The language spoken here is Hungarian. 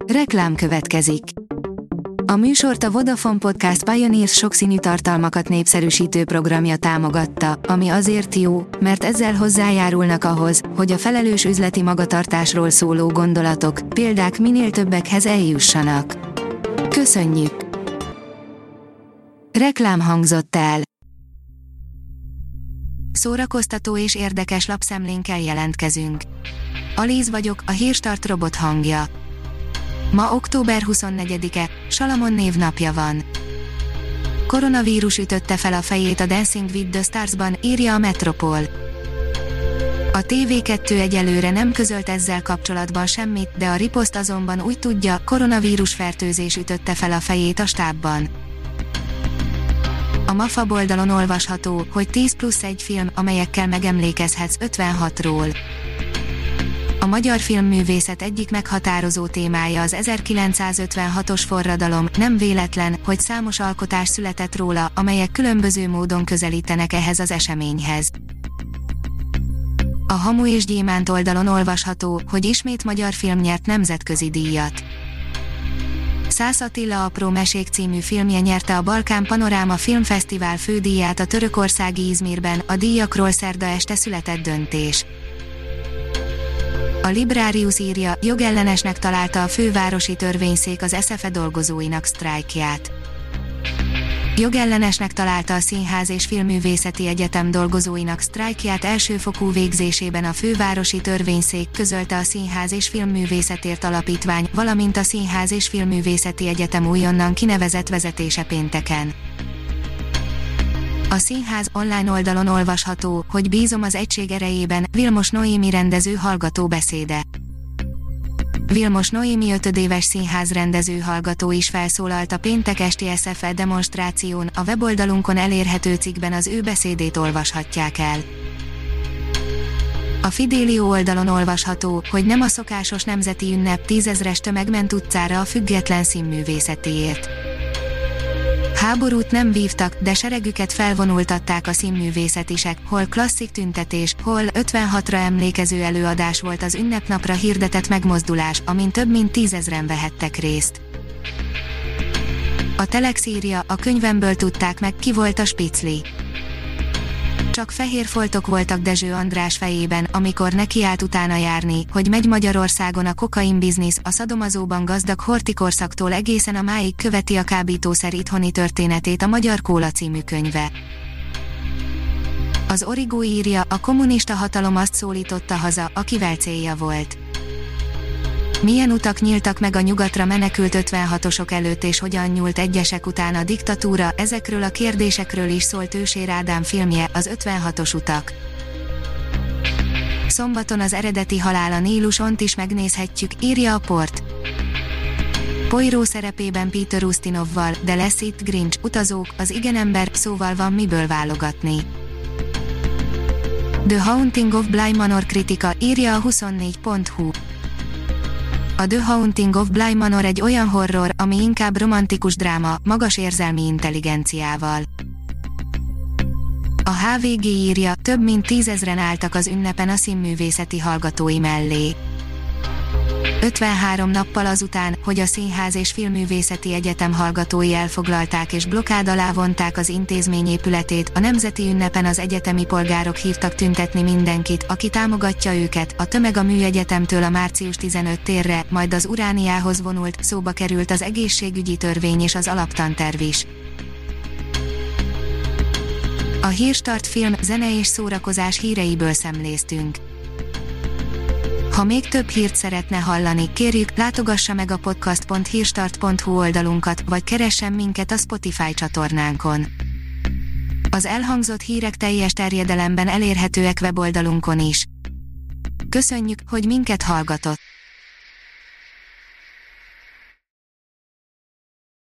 Reklám következik. A műsort a Vodafone Podcast Pioneers sokszínű tartalmakat népszerűsítő programja támogatta, ami azért jó, mert ezzel hozzájárulnak ahhoz, hogy a felelős üzleti magatartásról szóló gondolatok, példák minél többekhez eljussanak. Köszönjük! Reklám hangzott el. Szórakoztató és érdekes lapszemlénkkel jelentkezünk. Alíz vagyok, a Hírstart robot hangja. Ma október 24-e, Salamon névnapja van. Koronavírus ütötte fel a fejét a Dancing with the Stars-ban, írja a Metropol. A TV2 egyelőre nem közölt ezzel kapcsolatban semmit, de a riposzt azonban úgy tudja, koronavírus fertőzés ütötte fel a fejét a stábban. A MAFA oldalon olvasható, hogy 10+1 film, amelyekkel megemlékezhetsz 56-ról. A magyar filmművészet egyik meghatározó témája az 1956-os forradalom, nem véletlen, hogy számos alkotás született róla, amelyek különböző módon közelítenek ehhez az eseményhez. A Hamu és Gyémánt oldalon olvasható, hogy ismét magyar film nyert nemzetközi díjat. Szász Attila Apró mesék című filmje nyerte a Balkán Panoráma Filmfesztivál fődíját a törökországi Izmirben, a díjakról szerda este született döntés. A Librarius írja, jogellenesnek találta a fővárosi törvényszék az SZFE dolgozóinak sztrájkját. Jogellenesnek találta a Színház és Filmművészeti Egyetem dolgozóinak sztrájkját elsőfokú végzésében a fővárosi törvényszék, közölte a Színház és Filmművészetért Alapítvány, valamint a Színház és Filmművészeti Egyetem újonnan kinevezett vezetése pénteken. A Színház online oldalon olvasható, hogy bízom az egység erejében, Vilmos Noémi rendező hallgató beszéde. Vilmos Noémi 5 éves színház rendező hallgató is felszólalt a péntek esti SZFE demonstráción, a weboldalunkon elérhető cikkben az ő beszédét olvashatják el. A Fidelio oldalon olvasható, hogy nem a szokásos nemzeti ünnep, 10 000-es tömeg ment utcára a független színművészetéért. Háborút nem vívtak, de seregüket felvonultatták a színművészetisek, hol klasszik tüntetés, hol 56-ra emlékező előadás volt az ünnepnapra hirdetett megmozdulás, amin több mint 10 000-en vehettek részt. A Telex írja, a könyvemből tudták meg, ki volt a Spicli. Csak fehér foltok voltak Dezső András fejében, amikor nekiállt utána járni, hogy megy Magyarországon a kokain biznisz, a szadomazóban gazdag hortikorszaktól egészen a máig követi a kábítószer itthoni történetét a Magyar Kóla című könyve. Az Origo írja, a kommunista hatalom azt szólította haza, akivel célja volt. Milyen utak nyíltak meg a nyugatra menekült 56-osok előtt és hogyan nyúlt egyesek után a diktatúra, ezekről a kérdésekről is szólt Ősér Ádám filmje, az 56-os utak. Szombaton az eredeti Halál a Nílusont is megnézhetjük, írja a Port. Poirot szerepében Peter Ustinovval, de lesz itt Grinch, utazók, az igenember, szóval van miből válogatni. The Haunting of Bly Manor kritika, írja a 24.hu. A The Haunting of Bly Manor egy olyan horror, ami inkább romantikus dráma, magas érzelmi intelligenciával. A HVG írja, több mint 10 000-en álltak az ünnepen a színművészeti hallgatói mellé. 53 nappal azután, hogy a Színház és Filmművészeti Egyetem hallgatói elfoglalták és blokkád alá vonták az intézmény épületét, a nemzeti ünnepen az egyetemi polgárok hívtak tüntetni mindenkit, aki támogatja őket, a tömeg a Műegyetemtől a március 15 térre, majd az Urániához vonult, szóba került az egészségügyi törvény és az alaptanterv is. A Hírstart film, zene és szórakozás híreiből szemléztünk. Ha még több hírt szeretne hallani, kérjük, látogassa meg a podcast.hírstart.hu oldalunkat, vagy keressen minket a Spotify csatornánkon. Az elhangzott hírek teljes terjedelemben elérhetőek weboldalunkon is. Köszönjük, hogy minket hallgatott!